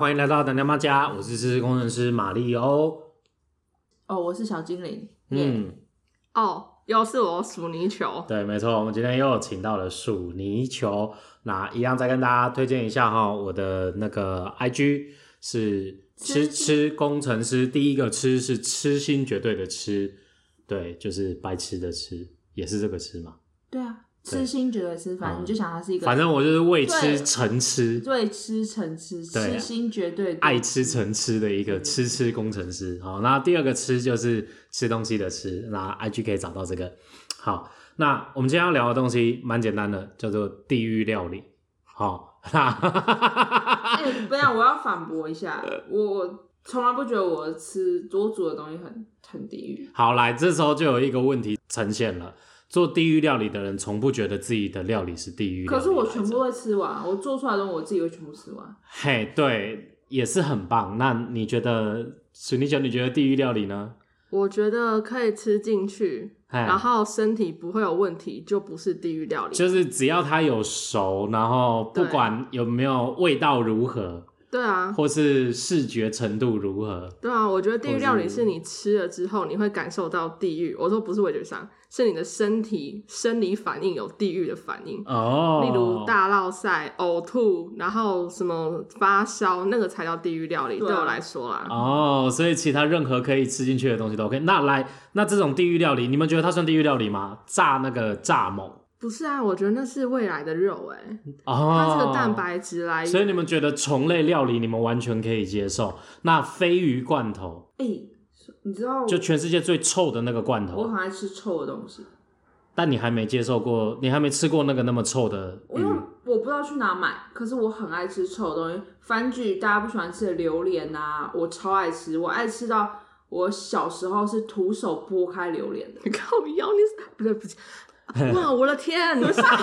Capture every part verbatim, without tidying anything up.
欢迎来到等娘妈家，我是知识工程师马里欧。 哦，我是小精灵。 嗯， 哦，又是我鼠泥球。 对，没错，我们今天又请到了鼠泥球。那一样再跟大家推荐一下哈，我的那个 I G 是吃吃工程师，第一个吃是痴心绝对的吃，对，就是白痴的吃，也是这个吃嘛。 对啊，痴心绝对吃，反正你就想它是一个， 反正我就是为吃成吃， 对痴成吃，痴心绝对爱吃成吃的一个吃吃工程师。好，那第二个吃就是吃东西的吃，那 I G 可以找到这个。好，那我们今天要聊的东西蛮简单的，叫做地狱料理。好，那哎、欸，不要，我要反驳一下，我从来不觉得我吃我煮的东西很很地狱。 好，来，这时候就有一个问题呈现了。做地狱料理的人从不觉得自己的料理是地狱料理， 可是我全部会吃完，我做出来的东西我自己会全部吃完。 嘿，对，也是很棒。那你觉得水泥球，你觉得地狱料理呢？ 我觉得可以吃进去，然后身体不会有问题，就不是地狱料理。 就是只要它有熟，然后不管有没有味道如何， 对啊， 或是视觉程度如何， 对啊，我觉得地狱料理是你吃了之后你会感受到地狱。我说不是味觉上，是你的身体生理反应有地狱的反应哦， 例如大落晒、呕吐，然后什么发烧，那个才叫地狱料理。对我来说啦， 哦，所以其他任何可以吃进去的东西都 OK。那来，那这种地狱料理，你们觉得它算地狱料理吗？炸那个蚱蜢？ 不是啊，我觉得那是未来的肉哎、欸， 哦， 它是个蛋白质来源。 所以你们觉得虫类料理你们完全可以接受？那鲱鱼罐头， 哎、欸，你知道， 就全世界最臭的那个罐头， 我很爱吃臭的东西。 但你还没接受过，你还没吃过那个那么臭的鱼。 因为我不知道去哪买，可是我很爱吃臭的东西。番剧大家不喜欢吃的榴莲啊，我超爱吃，我爱吃到我小时候是徒手剥开榴莲的。 靠腰，你是不对不起。哇，我的天！不是，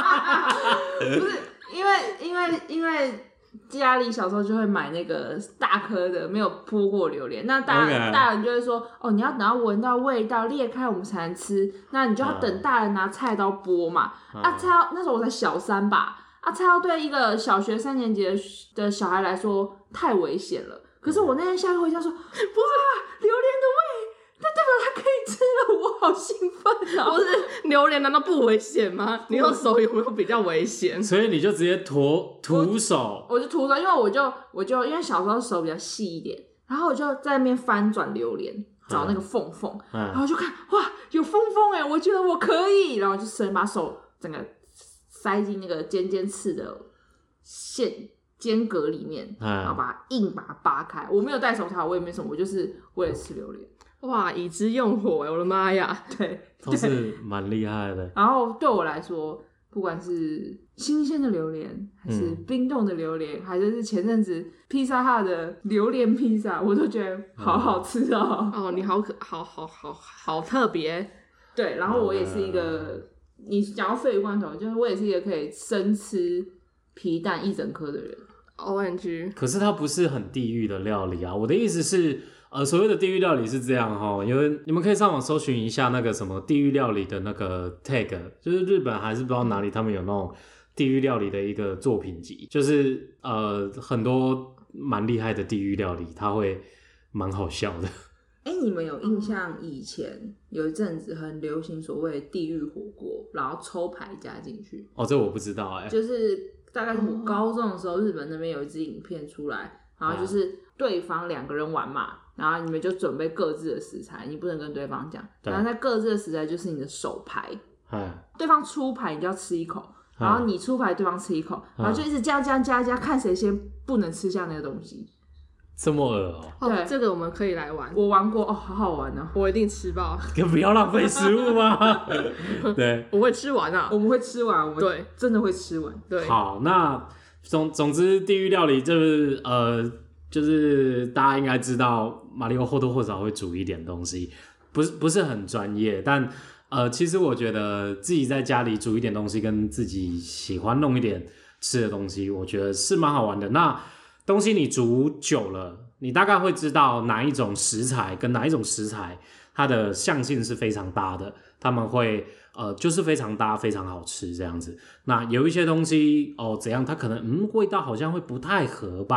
因为因为因为家里小时候就会买那个大颗的没有剥过榴莲，那大、okay. 大人就会说，哦，你要等到闻到味道裂开我们才能吃，那你就要等大人拿菜刀剥嘛。嗯、啊，菜刀那时候我才小三吧，啊，菜刀对一个小学三年级的的小孩来说太危险了。可是我那天下课回家说，哇，榴莲的味。那代表它可以吃了，我好兴奋啊！ 不是榴莲难道不危险吗？你用手有没有比较危险？ 所以你就直接徒徒手， 我就徒手，因为我就我就因为小时候手比较细一点，然后我就在那边翻转榴莲，找那个缝缝、嗯，然后就看哇有缝缝哎，我觉得我可以，然后就伸把手整个塞进那个尖尖刺的线间隔里面、嗯，然后把它硬把它扒开。我没有戴手套，我也没什么，我就是为了吃榴莲。 哇，以之用火哎！我的妈呀， 对， 都是蛮厉害的。 然后对我来说，不管是新鲜的榴莲，还是冰冻的榴莲、嗯，还是前阵子披萨哈的榴莲披萨，我都觉得好好吃哦。 嗯、哦，你好可好好好好特别。 对，然后我也是一个，嗯、你讲到鲱鱼罐头，就是我也是一个可以生吃皮蛋一整颗的人。 O M G！ 可是它不是很地狱的料理啊。我的意思是。呃，所谓的地狱料理是这样齁，因为你们可以上网搜寻一下那个什么地狱料理的那个 tag， 就是日本还是不知道哪里他们有那种地狱料理的一个作品集，就是呃很多蛮厉害的地狱料理，它会蛮好笑的。 哎、欸，你们有印象以前有一阵子很流行所谓地狱火锅，然后抽牌加进去？ 哦，这我不知道哎、欸。 就是大概是我高中的时候，日本那边有一支影片出来，然后就是对方两个人玩嘛。然后你们就准备各自的食材，你不能跟对方讲。然后在各自的食材就是你的手牌，对方出牌你就要吃一口，然后你出牌对方吃一口，然后就一直加加加加，看谁先不能吃下那个东西。 这么恶哦、 喔！对，这个我们可以来玩。 我玩过哦，好好玩哦！ 我一定吃爆。 可不要浪费食物吗？对， 我会吃完啊， 我们会吃完，我们对真的会吃完。 对， 好，那总总之地狱料理就是呃。就是大家应该知道，马里奥或多或少会煮一点东西，不是不是很专业，但呃，其实我觉得自己在家里煮一点东西，跟自己喜欢弄一点吃的东西，我觉得是蛮好玩的。那东西你煮久了，你大概会知道哪一种食材跟哪一种食材它的相性是非常搭的，他们会呃就是非常搭，非常好吃这样子。那有一些东西哦怎样，它可能嗯味道好像会不太合吧。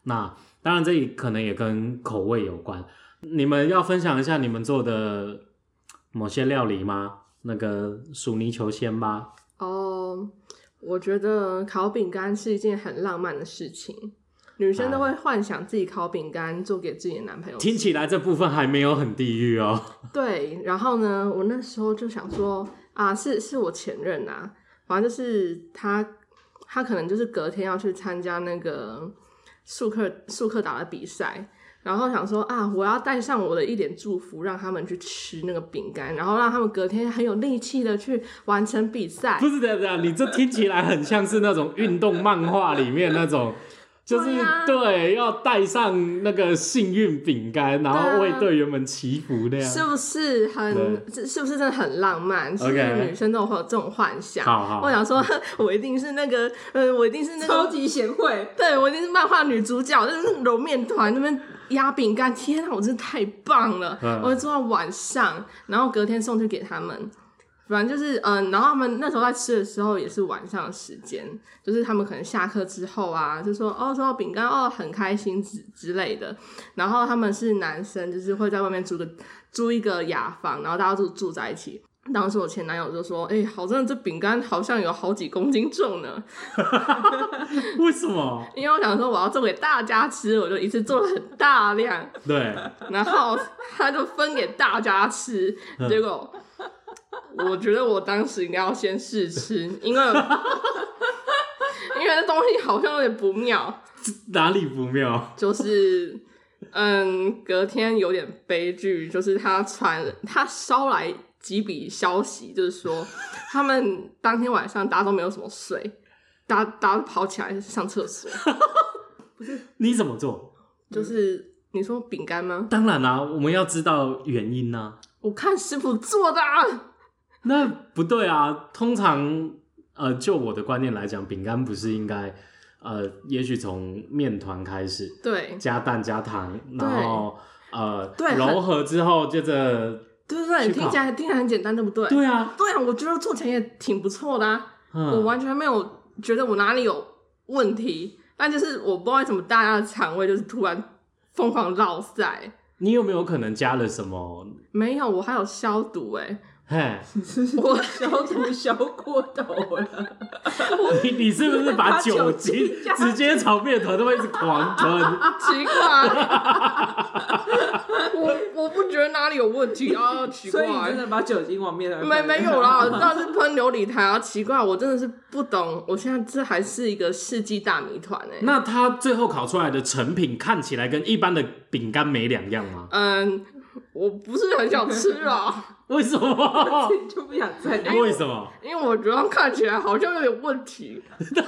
那当然这里可能也跟口味有关。你们要分享一下你们做的某些料理吗？那个薯泥球先吧。 哦，我觉得烤饼干是一件很浪漫的事情，女生都会幻想自己烤饼干做给自己的男朋友吃。 听起来这部分还没有很地狱哦。 对，然后呢，我那时候就想说啊，是是我前任啊，反正就是他，他可能就是隔天要去参加那个速克速克达的比赛。然后想说啊，我要带上我的一点祝福，让他们去吃那个饼干，然后让他们隔天很有力气的去完成比赛。 不是这样，你这听起来很像是那种运动漫画里面那种，就是 对,、啊、对，要带上那个幸运饼干，然后为队员们祈福那样， 是不是很？是不是真的很浪漫？是不是女生都会有这种幻想？ 好好， 我想说，我一定是那个，呃，我一定是那个超级贤惠， 对我一定是漫画女主角，就是揉面团那边压饼干，天啊，我真的太棒了！嗯、我会做到晚上，然后隔天送去给他们。反正就是，嗯，然后他们那时候在吃的时候也是晚上的时间，就是他们可能下课之后啊，就说哦，收到饼干哦，很开心之之类的。然后他们是男生，就是会在外面租个租一个雅房，然后大家就住在一起。当时我前男友就说：“哎、欸，好真的，这饼干好像有好几公斤重呢。” 为什么？ 因为我想说我要做给大家吃，我就一次做了很大量。 对， 然后他就分给大家吃，结果我觉得我当时应该要先试吃，因为因为这东西好像有点不妙。 哪里不妙？ 就是嗯，隔天有点悲剧，就是他传他捎来几笔消息，就是说他们当天晚上大家都没有什么睡，大家大家跑起来上厕所。 不是你怎么做？ 就是你说饼干吗？ 当然啦、啊，我们要知道原因啊。 我看师傅做的啊。 那不对啊，通常呃，就我的观念来讲，饼干不是应该呃，也许从面团开始， 对， 加蛋加糖，然后呃， 对， 揉合之后接着。 对对对，听起来听起来很简单，对不对？ 对啊， 对啊，我觉得做起来也挺不错的啊、嗯，我完全没有觉得我哪里有问题，但就是我不知道为什么大家的肠胃就是突然疯狂落塞。 你有没有可能加了什么？ 没有，我还有消毒哎、 欸。 我消毒消过头了。 你你是不是把酒精直接朝面团都会一直狂吞？ 奇怪，我我不觉得哪里有问题啊，奇怪。 所以你真的把酒精往面团没没有啦，当然是喷琉璃台啊，奇怪，我真的是不懂，我现在这还是一个世纪大谜团哎。 那它最后烤出来的成品看起来跟一般的饼干没两样吗？ 嗯，我不是很想吃啊。 为什么？ 就不想再聊。 为什么？ 因为我觉得看起来好像有点问题。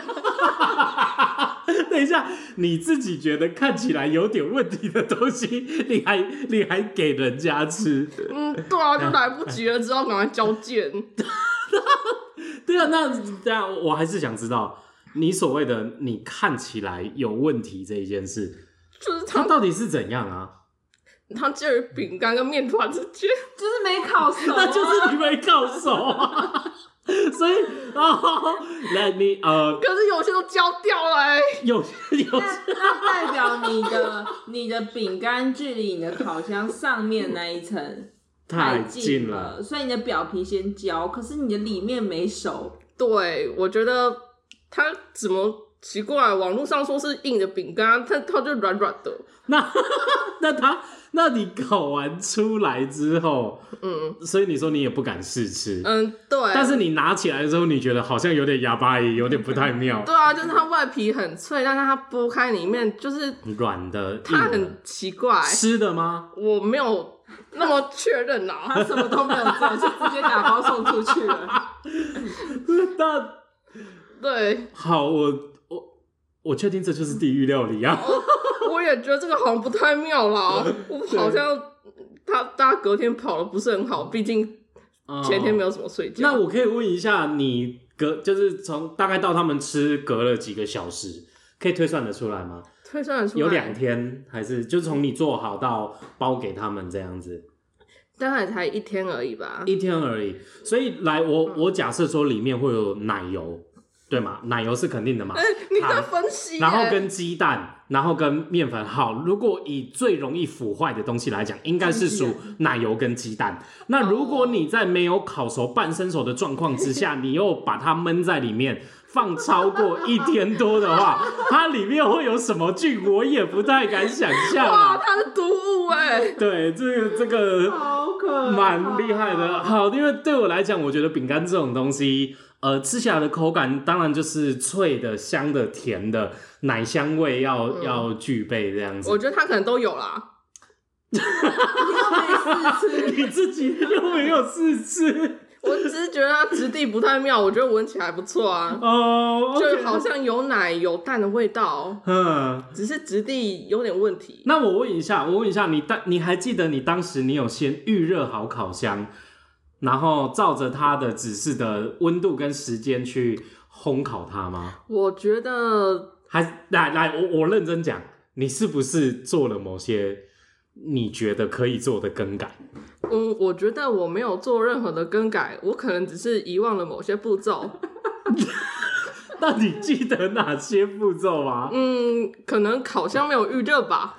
等一下，你自己觉得看起来有点问题的东西，你还你还给人家吃？ 嗯，对啊，就来不及了，只好赶快交件。 对啊，那这样我还是想知道，你所谓的你看起来有问题这一件事， 就是它到底是怎样啊？ 它介于饼干跟面团之间， 就是没烤熟、啊， 那就是你没烤熟啊。所以哦，那你呃， 可是有些都焦掉了、欸， 有有那那代表你的你的饼干距离你的烤箱上面那一层太近了，所以你的表皮先焦，可是你的里面没熟。 对，我觉得它怎么奇怪？网络上说是硬的饼干，它它就软软的。 那那它。那你烤完出来之后，嗯，所以你说你也不敢试吃， 嗯，对。 但是你拿起来的时候，你觉得好像有点哑巴耶，有点不太妙。 对啊，就是它外皮很脆，但是它剥开里面就是软的， 它很奇怪。 吃的吗？ 我没有那么确认啊， 他什么都没有做，就直接打包送出去了。 那对， 好，我我我确定这就是地狱料理啊。 我也觉得这个好像不太妙啦，我好像他大家隔天跑的不是很好，毕竟前天没有什么睡觉。 那我可以问一下，你隔就是从大概到他们吃隔了几个小时，可以推算得出来吗？ 推算得出来， 有两天还是就从你做好到包给他们这样子？ 当然才一天而已吧， 一天而已。所以来我我假设说里面会有奶油， 对嘛？奶油是肯定的嘛？ 欸、你在分析、欸， 然后跟鸡蛋，然后跟面粉。好，如果以最容易腐坏的东西来讲，应该是属奶油跟鸡蛋。那如果你在没有烤熟、半生熟的状况之下，你又把它焖在里面，放超过一天多的话，它里面会有什么菌，我也不太敢想象、啊。 哇，它是毒物哎、欸！ 对，这个这个好可怕， 蛮厉害的。好，因为对我来讲，我觉得饼干这种东西。呃，吃起来的口感当然就是脆的、香的、甜的，奶香味要、嗯、要具备这样子。 我觉得它可能都有啦。 你又没试吃， 你自己又没有试吃。 我只是觉得它质地不太妙，我觉得闻起来不错啊。 哦、okay ， 就好像有奶有蛋的味道。嗯，只是质地有点问题。 那我问一下，我问一下你当，你还记得你当时你有先预热好烤箱？然后照着它的指示的温度跟时间去烘烤它吗？ 我觉得还来来，我我认真讲，你是不是做了某些你觉得可以做的更改？ 嗯，我觉得我没有做任何的更改，我可能只是遗忘了某些步骤。 那你记得哪些步骤吗？ 嗯，可能烤箱没有预热吧。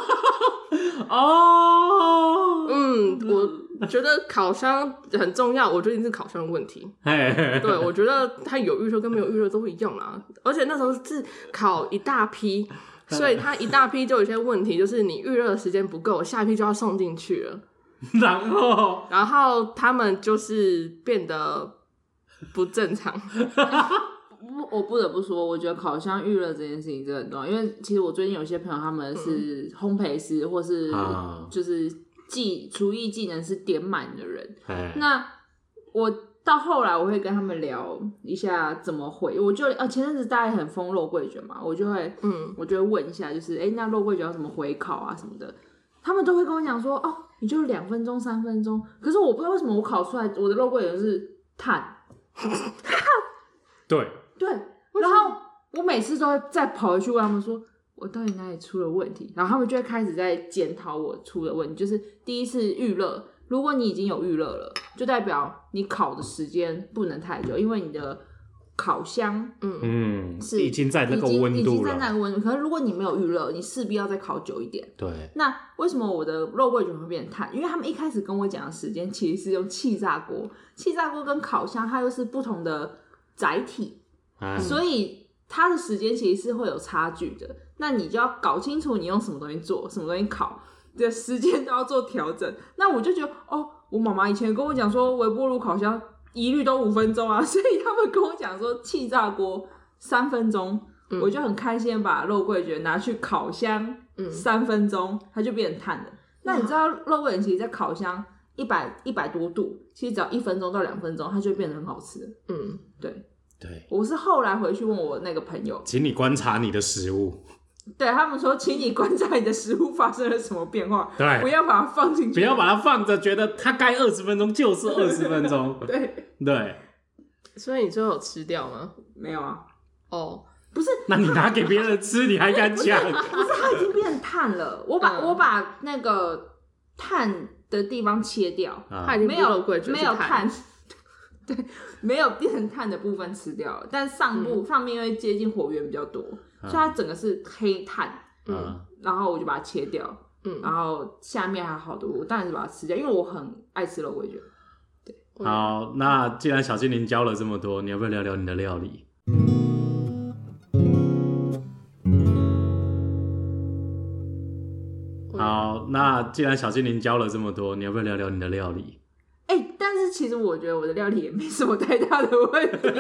哦， 嗯，我觉得烤箱很重要，我觉得一定是烤箱的问题。对，我觉得它有预热跟没有预热都一样啦。而且那时候是烤一大批，所以它一大批就有一些问题，就是你预热的时间不够，下一批就要送进去了。 然后， 然后他们就是变得不正常。 我不得不说，我觉得烤箱预热这件事情真的很重要，因为其实我最近有些朋友他们是烘焙师，或是就是技厨艺技能是点满的人，那我到后来我会跟他们聊一下怎么回，我就呃前阵子大家很疯肉桂卷嘛，我就会嗯我就会问一下，就是哎、欸、那肉桂卷要怎么回烤啊什么的，他们都会跟我讲说哦你就两分钟三分钟，可是我不知道为什么我烤出来我的肉桂卷是碳， 对。 对，然后我每次都会再跑回去问他们说，我到底哪里出了问题？然后他们就会开始在检讨我出的问题。就是第一次预热，如果你已经有预热了，就代表你烤的时间不能太久，因为你的烤箱嗯是已经在那个温度了， 已经在那个温度。可是如果你没有预热，你势必要再烤久一点。 对。 那为什么我的肉桂卷会变碳？因为他们一开始跟我讲的时间其实是用气炸锅，气炸锅跟烤箱它又是不同的载体。嗯、所以它的时间其实是会有差距的，那你就要搞清楚你用什么东西做，什么东西烤的时间都要做调整。那我就觉得哦，我妈妈以前跟我讲说微波炉烤箱一律都五分钟啊，所以他们跟我讲说气炸锅三分钟、嗯，我就很开心把肉桂卷拿去烤箱三分钟，它就变成碳了。那你知道肉桂卷其实在烤箱一百一百多度，其实只要一分钟到两分钟，它就会变得很好吃了。嗯，对。 对， 我是后来回去问我那个朋友， 请你观察你的食物。 对他们说，请你观察你的食物发生了什么变化， 对， 不要把它放进去， 不要把它放着，觉得它该二十分钟就是二十分钟。 对对， 所以你最后有吃掉吗？ 没有啊。 哦， 不是， 那你拿给别人吃，你还敢讲？ 不是，它已经变碳了。我把、嗯、我把那个碳的地方切掉， 它、啊、已经没有没有碳。对，没有变成碳的部分吃掉了，但上部、嗯、上面因为接近火源比较多、嗯，所以它整个是黑碳。嗯，然后我就把它切掉，嗯，然后下面还有好多，我当然是把它吃掉，因为我很爱吃肉桂卷。对， 好，那既然小精灵教了这么多，你要不要聊聊你的料理？好，那既然小精灵教了这么多，你要不要聊聊你的料理？ 哎、欸，但是其实我觉得我的料理也没什么太大的问题。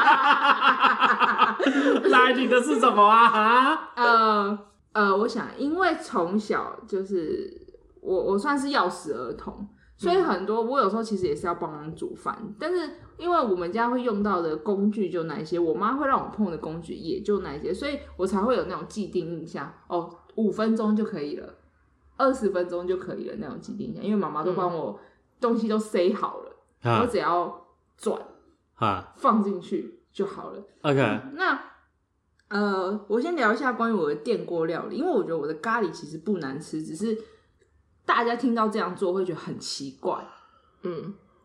来，你的是什么啊？ 呃呃，我想，因为从小就是我我算是钥匙儿童，所以很多、嗯、我有时候其实也是要帮忙煮饭，但是因为我们家会用到的工具就那一些，我妈会让我碰的工具也就那一些，所以我才会有那种既定印象，哦，五分钟就可以了，二十分钟就可以了那种既定印象，因为妈妈都帮我。东西都塞好了，啊、我只要转、啊、放进去就好了。 OK， 那呃，我先聊一下关于我的电锅料理，因为我觉得我的咖喱其实不难吃，只是大家听到这样做会觉得很奇怪。嗯，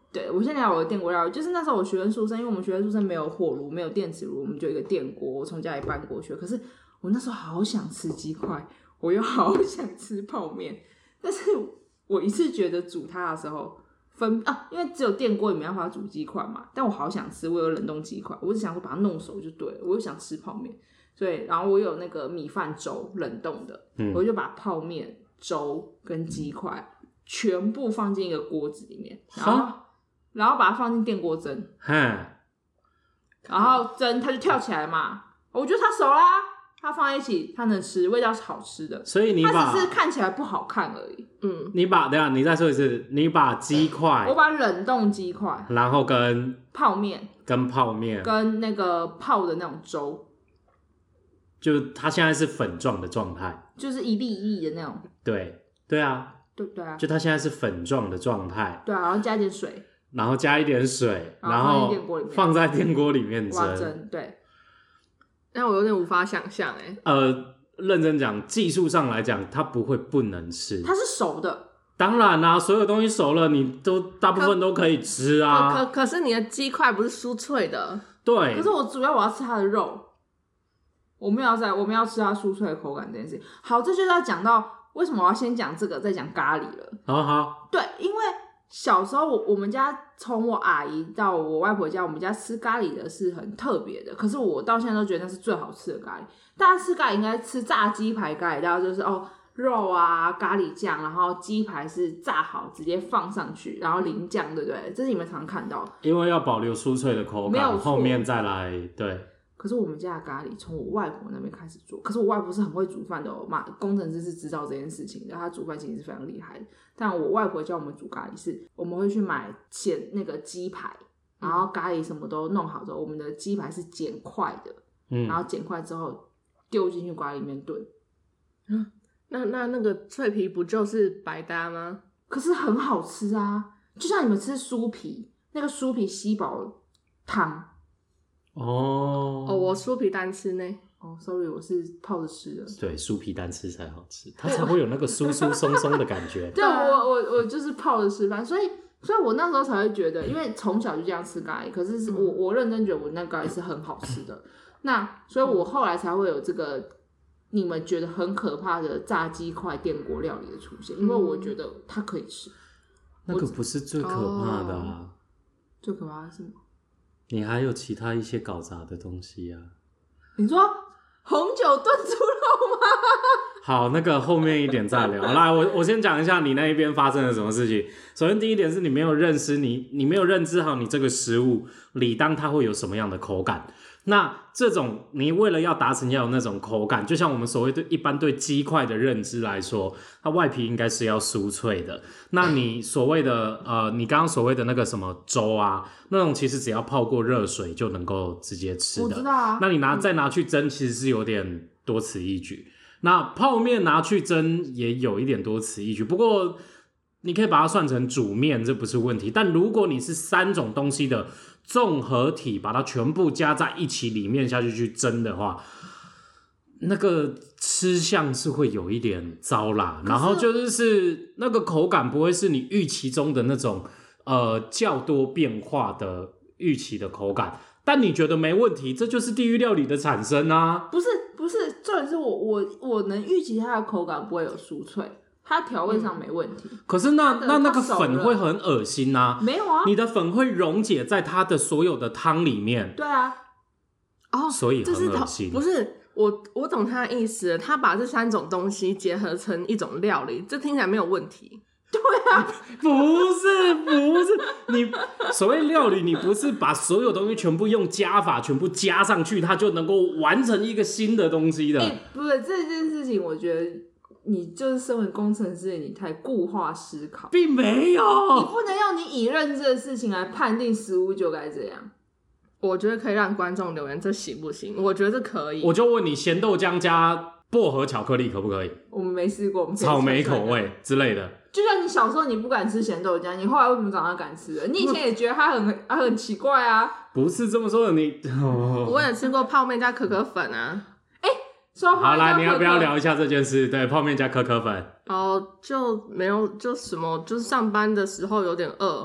对，我先聊我的电锅料理，就是那时候我学生宿舍，因为我们学生宿舍没有火炉，没有电磁炉，我们就有一个电锅，我从家里搬过去。可是我那时候好想吃鸡块，我又好想吃泡面，但是我一次觉得煮它的时候分啊，因为只有电锅里面要法煮鸡块嘛，但我好想吃，我有冷冻鸡块，我只想说把它弄熟就对了，我又想吃泡面，所以然后我有那个米饭粥冷冻的，嗯、我就把泡面、粥跟鸡块全部放进一个锅子里面，然后然后把它放进电锅蒸，然后蒸它就跳起来嘛，我觉得它熟啦，它放在一起它能吃，味道是好吃的， 所以你把它只是看起来不好看而已。 嗯， 你把等一下你再说一次，你把鸡块， 我把冷冻鸡块， 然后跟泡面， 跟泡面， 跟那个泡的那种粥， 就它现在是粉状的状态， 就是一粒一粒的那种。 对对啊， 对对啊， 就它现在是粉状的状态。 对啊，然后加一点水， 然后加一点水，然后放在电锅里面蒸。 蒸对。 但我有点无法想象哎、欸。 呃，认真讲，技术上来讲，它不会不能吃， 它是熟的。 当然啦、啊，所有东西熟了，你都大部分都可以吃啊。 可可可是你的鸡块不是酥脆的。 对。 可是我主要我要吃它的肉，我们要在我们要吃它酥脆的口感这件事情。好，这就是要讲到为什么我要先讲这个，再讲咖喱了。 好好。 对，因为小时候我我们家从我阿姨到我外婆家，我们家吃咖喱的是很特别的。可是我到现在都觉得那是最好吃的咖喱。大家吃咖喱应该吃炸鸡排咖喱，大家就是哦肉啊咖喱酱，然后鸡排是炸好直接放上去，然后淋酱，对不对？这是你们常看到。 因为要保留酥脆的口感，后面再来对。 可是我们家的咖喱从我外婆那边开始做，可是我外婆是很会煮饭的哦，嘛，工程师是知道这件事情的，她煮饭其实是非常厉害的。但我外婆教我们煮咖喱是，我们会去买切那个鸡排，然后咖喱什么都弄好之后，我们的鸡排是剪块的，嗯，然后剪块之后丢进去咖喱里面炖。 嗯，那那那个脆皮不就是白搭吗？ 可是很好吃啊，就像你们吃酥皮，那个酥皮吸饱汤。 哦哦，我酥皮单吃呢。 哦 ，sorry， 我是泡着吃的。 对，酥皮单吃才好吃，它才会有那个酥酥松松的感觉。 对，我我我就是泡着吃饭，所以所以我那时候才会觉得，因为从小就这样吃咖喱，可是是我我认真觉得我那咖喱是很好吃的。那所以我后来才会有这个你们觉得很可怕的炸鸡块电锅料理的出现，因为我觉得它可以吃。 那个不是最可怕的啊！ 哦、最可怕的是什么？ 你还有其他一些搞砸的东西啊？ 你说红酒炖猪肉吗？ 好，那个后面一点再聊。来，我我先讲一下你那一边发生了什么事情。首先第一点是你没有认识你，你没有认知好你这个食物理当它会有什么样的口感。那这种你为了要达成要有那种口感，就像我们所谓对一般对鸡块的认知来说，它外皮应该是要酥脆的。那你所谓的呃，你刚刚所谓的那个什么粥啊，那种其实只要泡过热水就能够直接吃的。 我知道啊。 那你拿再拿去蒸，其实是有点多此一举。那泡面拿去蒸也有一点多此一举，不过你可以把它算成煮面，这不是问题。但如果你是三种东西的综合体，把它全部加在一起里面下去去蒸的话，那个吃相是会有一点糟啦。然后就是是那个口感不会是你预期中的那种呃较多变化的预期的口感。但你觉得没问题，这就是地狱料理的产生啊！ 不是不是，重点是我我我能预期它的口感不会有酥脆，它调味上没问题。 嗯、可是那那那个粉会很恶心啊！ 没有啊， 你的粉会溶解在它的所有的汤里面。 对啊， 哦， 所以很恶心。 不是我我懂他的意思，他把这三种东西结合成一种料理，这听起来没有问题。 对啊， 不是不是，你所谓料理，你不是把所有东西全部用加法全部加上去，它就能够完成一个新的东西的。 欸、不是这件事情，我觉得你就是身为工程师，你太固化思考， 并没有。 你不能用你已认知的事情来判定食物就该这样。 我觉得可以让观众留言，这行不行？我觉得可以。 我就问你，咸豆浆加薄荷巧克力可不可以？ 我们没试过，我们草莓口味之类的。 就像你小时候你不敢吃咸豆浆，你后来为什么长大敢吃了？你以前也觉得它很它很奇怪啊。 不是这么说的，你、 哦、我也吃过泡面加可可粉啊。 哎、欸，说好来，你要不要聊一下这件事？对，泡面加可可粉。 哦，就没有就什么，就是上班的时候有点饿，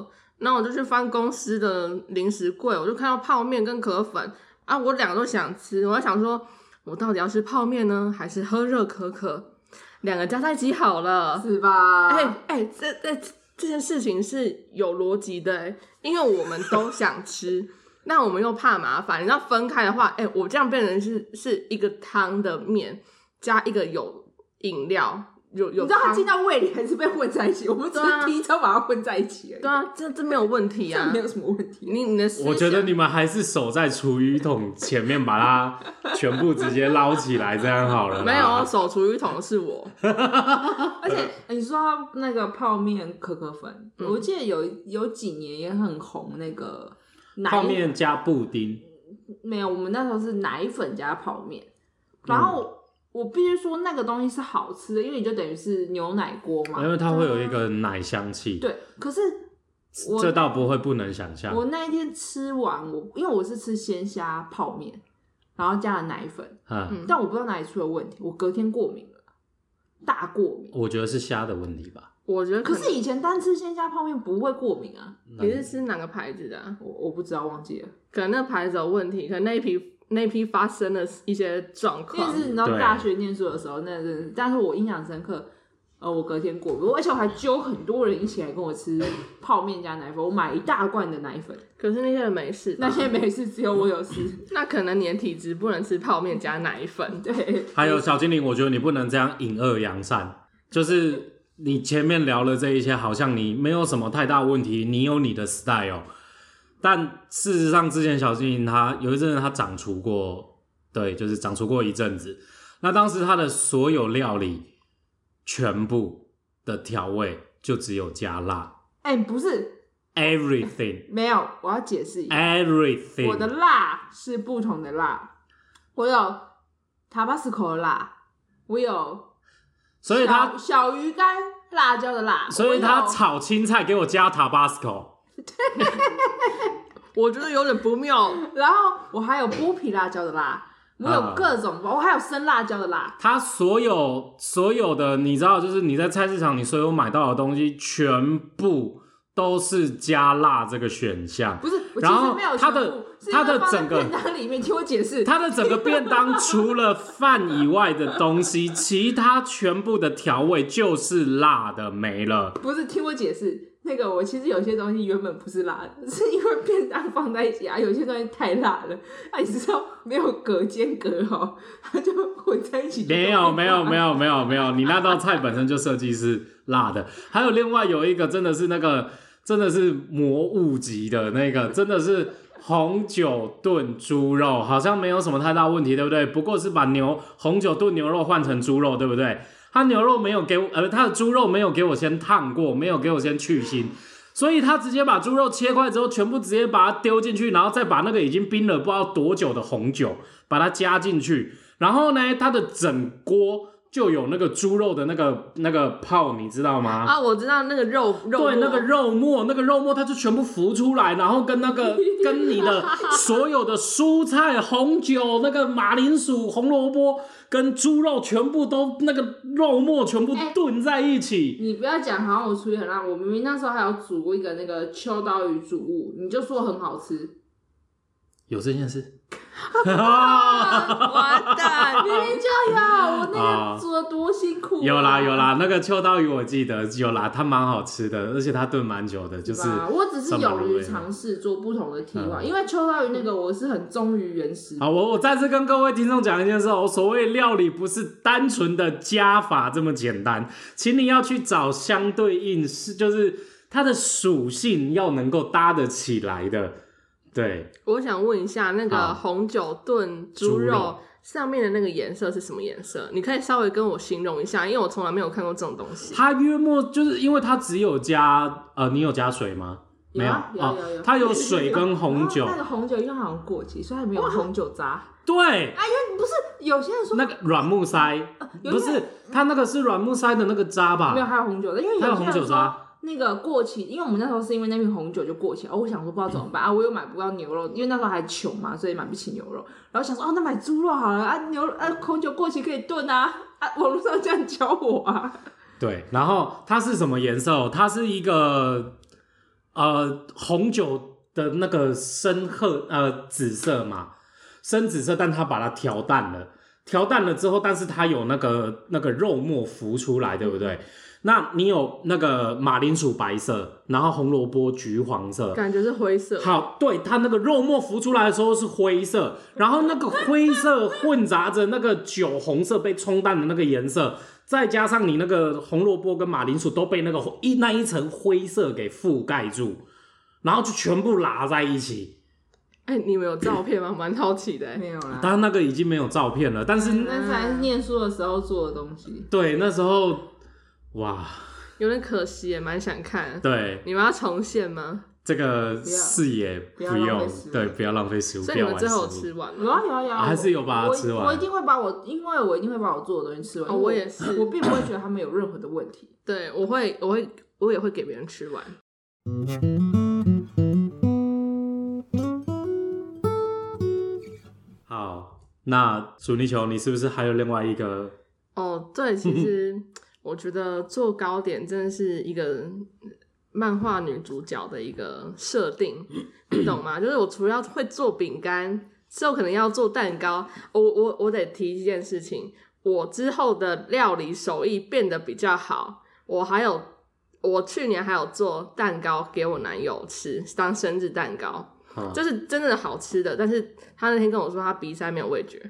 然后我就去翻公司的零食柜，我就看到泡面跟可粉啊，我两个都想吃，我在想说，我到底要吃泡面呢，还是喝热可可？两个加在一起好了， 是吧？ 哎哎、欸，这这这件事情是有逻辑的、欸，因为我们都想吃，那我们又怕麻烦，你要分开的话，哎、欸，我这样变成是是一个汤的面加一个有饮料。有有， 你知道它进到胃里还是被混在一起？我们只是提早把它混在一起而已。 对啊，这这没有问题啊， 这没有什么问题。 你你的我觉得你们还是守在厨余桶前面，把它全部直接捞起来，这样好了。 没有，守厨余桶的是我。 而且你说到那个泡面可可粉， 嗯、 我记得有有几年也很红，那个奶泡面加布丁。 没有，我们那时候是奶粉加泡面，然后。嗯我必须说那个东西是好吃的，因为你就等于是牛奶锅嘛， 因为它会有一个奶香气。 对，可是我这倒不会不能想象。 我那一天吃完，我因为我是吃鲜虾泡面，然后加了奶粉，嗯，但我不知道哪里出了问题，我隔天过敏了，大过敏。 我觉得是虾的问题吧。 我觉得可， 可是以前单吃鲜虾泡面不会过敏啊。 你是吃哪个牌子的、啊？ 我我不知道，忘记了。 可能那牌子有问题，可能那一批。那批发生了一些状况， 因为是你知道大学念书的时候，那真的是，但是我印象深刻。呃，我隔天过敏，而且我还揪很多人一起来跟我吃泡面加奶粉，我买一大罐的奶粉。 可是那些人没事， 那些没事，只有我有事。 那可能你的体质不能吃泡面加奶粉。 对。 还有小精灵，我觉得你不能这样引恶扬善，就是你前面聊了这一些，好像你没有什么太大问题，你有你的 style。但事实上，之前小精灵他有一阵子他长出过，对，就是长出过一阵子。那当时他的所有料理，全部的调味就只有加辣。 哎、欸，不是 ，everything 没有，我要解释一下 ，everything 我的辣是不同的辣，我有 Tabasco 的辣，我有， 所以他小鱼干辣椒的辣， 所以他炒青菜给我加 Tabasco。 我觉得有点不妙。 然后我还有剥皮辣椒的辣，我有各种，嗯、我还有生辣椒的辣。 它所有所有的，你知道，就是你在菜市场你所有买到的东西，全部都是加辣这个选项。 不是， 然后它的它的整个便当里面，听我解释， 它的整个便当除了饭以外的东西，其他全部的调味就是辣的，没了。 不是，听我解释。那个我其实有些东西原本不是辣的，是因为便当放在一起啊，有些东西太辣了，啊，你知道没有隔间隔好，它就混在一起。 没有没有没有没有没有，你那道菜本身就设计是辣的，还有另外有一个真的是那个真的是魔物级的那个，真的是红酒炖猪肉，好像没有什么太大问题，对不对？不过是把牛红酒炖牛肉换成猪肉，对不对？他牛肉没有给我，呃，他的猪肉没有给我先烫过，没有给我先去腥，所以他直接把猪肉切块之后，全部直接把它丢进去，然后再把那个已经冰了不知道多久的红酒把它加进去，然后呢，它的整锅就有那个猪肉的那个那个泡，你知道吗？ 啊，我知道那个肉肉对，那个肉末，那个肉末它就全部浮出来，然后跟那个跟你的所有的蔬菜、红酒、那个马铃薯、红萝卜跟猪肉全部都那个肉末全部炖在一起。 欸、你不要讲好像我处理很烂，我明明那时候还有煮过一个那个秋刀鱼煮物，你就说很好吃。 有这件事？ 完蛋！ 明明就有，我那个煮的多辛苦、啊。 有啦有啦，那个秋刀鱼我记得有啦，它蛮好吃的，而且它炖蛮久的，就是。 我只是勇于尝试做不同的替换、嗯，因为秋刀鱼那个我是很忠于原始。 好，我我再次跟各位听众讲一件事哦，所谓料理不是单纯的加法这么简单，请你要去找相对应，是就是它的属性要能够搭得起来的。对， 我想问一下，那个红酒炖猪肉上面的那个颜色是什么颜色？你可以稍微跟我形容一下，因为我从来没有看过这种东西。 它约莫就是因为它只有加呃，你有加水吗？ 没有，有有有、 哦，它有水跟红酒。 那个红酒因为好像过期，所以它没有红酒渣。 对， 啊，因为不是有些人说那个软木塞，呃、不是它那个是软木塞的那个渣吧？ 没有，还有红酒的，因为有些人说还有红酒渣。 那个过期，因为我们那时候是因为那瓶红酒就过期，哦，我想说不知道怎么办、嗯、啊，我又买不到牛肉，因为那时候还穷嘛，所以买不起牛肉，然后想说哦，那买猪肉好了啊，牛啊红酒过期可以炖啊，啊，网络上这样教我啊。 对，然后它是什么颜色？它是一个呃红酒的那个深褐呃紫色嘛，深紫色，但它把它调淡了，调淡了之后，但是它有那个那个肉末浮出来，对不对？那你有那个马铃薯白色，然后红萝卜橘黄色， 感觉是灰色。 好，对，它那个肉末浮出来的时候是灰色，然后那个灰色混杂着那个酒红色被冲淡的那个颜色，再加上你那个红萝卜跟马铃薯都被那个一那一层灰色给覆盖住，然后就全部拉在一起。 哎、欸，你们有照片吗？蛮好奇的、欸。 没有啦， 当然那个已经没有照片了，但是那是还是念书的时候做的东西。 对，那时候哇， 有点可惜也蛮想看。 对， 你们要重现吗？ 这个视野不用，对，不要浪费食物。 所以你们最后吃完了？ 有啊有啊有啊， 还是有把它吃完。 我, 我一定会把我，因为我一定会把我做的东西吃完。 哦，我也是， 我并不会觉得他们有任何的问题。 对，我会，我会，我也会给别人吃完。 好，那鼠泥球，你是不是还有另外一个？ 哦，对，其实我觉得做糕点真的是一个漫画女主角的一个设定，你懂吗？就是我除了会做饼干之后，可能要做蛋糕。我我我得提一件事情，我之后的料理手艺变得比较好。我还有，我去年还有做蛋糕给我男友吃，当生日蛋糕。嗯、就是真的好吃的，但是他那天跟我说他鼻塞没有味觉，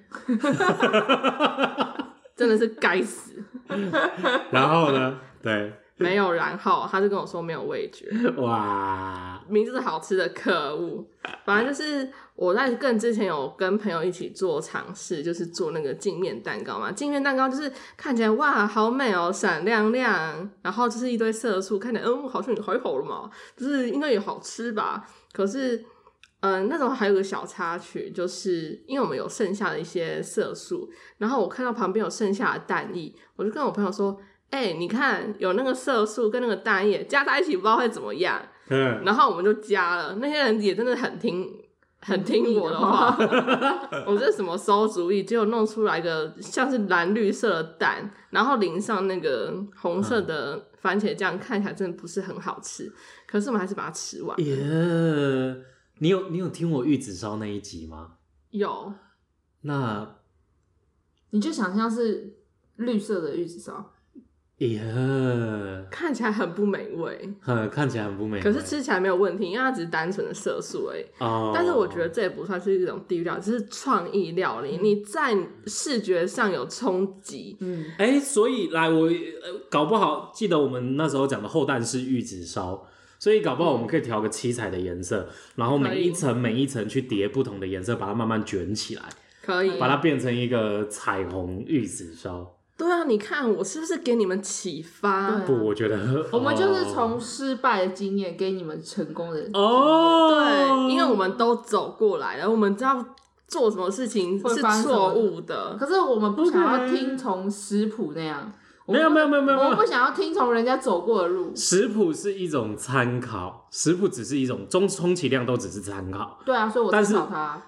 真的是该死。 然后呢？对， 没有然后，他就跟我说没有味觉。哇，明知是好吃的，可恶！反正就是我在更之前有跟朋友一起做尝试，就是做那个镜面蛋糕嘛。镜面蛋糕就是看起来哇好美哦，闪亮亮，然后就是一堆色素，看起来嗯好像还好了嘛，就是应该也好吃吧。可是嗯、呃，那时候还有个小插曲，就是因为我们有剩下的一些色素，然后我看到旁边有剩下的蛋液，我就跟我朋友说：“哎、欸，你看有那个色素跟那个蛋液加在一起，不知道会怎么样。”嗯，然后我们就加了。那些人也真的很听，很听我的话。我这什么馊主意，结果弄出来一个像是蓝绿色的蛋，然后淋上那个红色的番茄酱，看起来真的不是很好吃。可是我们还是把它吃完了。 Yeah.你有你有听我玉子烧那一集吗？ 有。 那你就想象是绿色的玉子烧， 耶， 看起来很不美味。 嗯，看起来很不美味。 可是吃起来没有问题，因为它只是单纯的色素而已。哦。但是我觉得这也不算是一种地狱料理，这是创意料理。嗯、你在视觉上有冲击。 嗯。 哎、欸，所以来我搞不好记得我们那时候讲的厚蛋是玉子烧。所以搞不好我们可以调个七彩的颜色，然后每一层每一层去叠不同的颜色，把它慢慢卷起来， 可以把它变成一个彩虹玉子烧。 对啊，你看我是不是给你们启发？ 啊、 不，我觉得我们就是从失败的经验给你们成功的哦。 对，因为我们都走过来了，我们知道做什么事情是错误的。 可是我们不想要听从食谱那样。 没有没有没有没有， 我们不想要听从人家走过的路。 食谱是一种参考，食谱只是一种，充充其量都只是参考。 对啊，所以我参考它。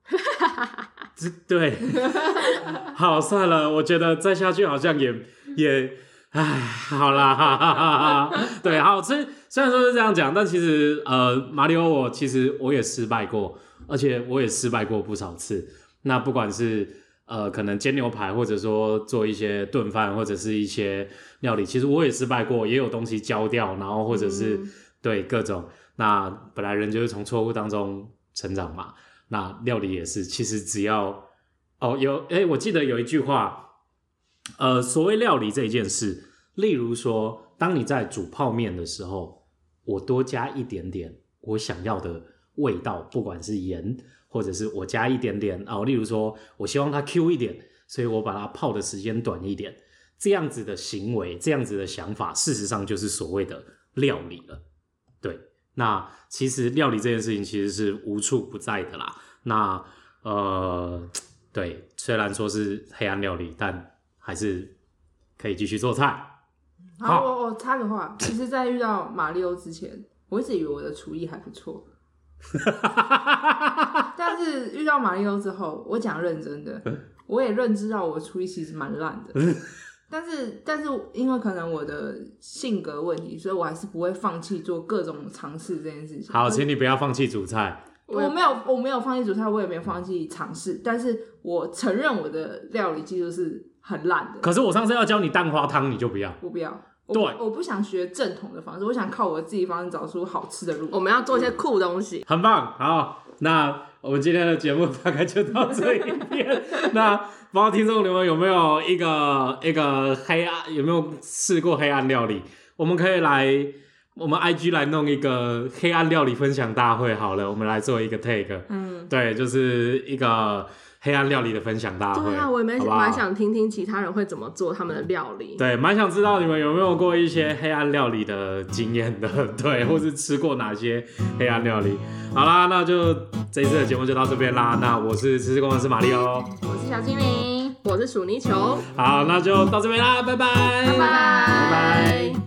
对，好，算了，我觉得再下去好像也也，唉，好啦，哈哈哈哈。对，好吃。虽然说是这样讲，但其实呃，马里奥我其实我也失败过，而且我也失败过不少次。那不管是呃，可能煎牛排，或者说做一些炖饭，或者是一些料理，其实我也失败过，也有东西焦掉，然后或者是、嗯、对各种。那本来人就是从错误当中成长嘛，那料理也是，其实只要哦有哎、欸，我记得有一句话，呃，所谓料理这一件事，例如说，当你在煮泡面的时候，我多加一点点我想要的味道，不管是盐。或者是我加一点点哦，例如说我希望它 Q 一点，所以我把它泡的时间短一点，这样子的行为，这样子的想法，事实上就是所谓的料理了。对，那其实料理这件事情其实是无处不在的啦。那呃，对，虽然说是黑暗料理，但还是可以继续做菜。 好，我我插个话，其实在遇到马里欧之前，我一直以为我的厨艺还不错。但是遇到马里欧之后，我讲认真的，我也认知到我的厨艺其实蛮烂的。 但是但是因为可能我的性格问题，所以我还是不会放弃做各种尝试这件事情。 好，请你不要放弃煮菜。 我没有我没有放弃煮菜，我也没有放弃尝试，但是我承认我的料理技术是很烂的。 可是我上次要教你蛋花汤，你就不要。 我不要。我对， 我不想学正统的方式，我想靠我自己方式找出好吃的路。 我们要做一些酷东西， 很棒。好，那我们今天的节目大概就到这一边。那不知道听众你们有没有一个一个黑暗，有没有试过黑暗料理？我们可以来我们 I G 来弄一个黑暗料理分享大会好了，我们来做一个 take。嗯，对，就是一个黑暗料理的分享大会。 对啊，我也蛮想听听其他人会怎么做他们的料理。 对，蛮想知道你们有没有过一些黑暗料理的经验的，对，或是吃过哪些黑暗料理。好啦，那就这一次的节目就到这边啦。那我是吃吃工程师马力欧， 我是小精灵， 我是鼠泥球。 好，那就到这边啦，拜拜， 拜拜，拜拜。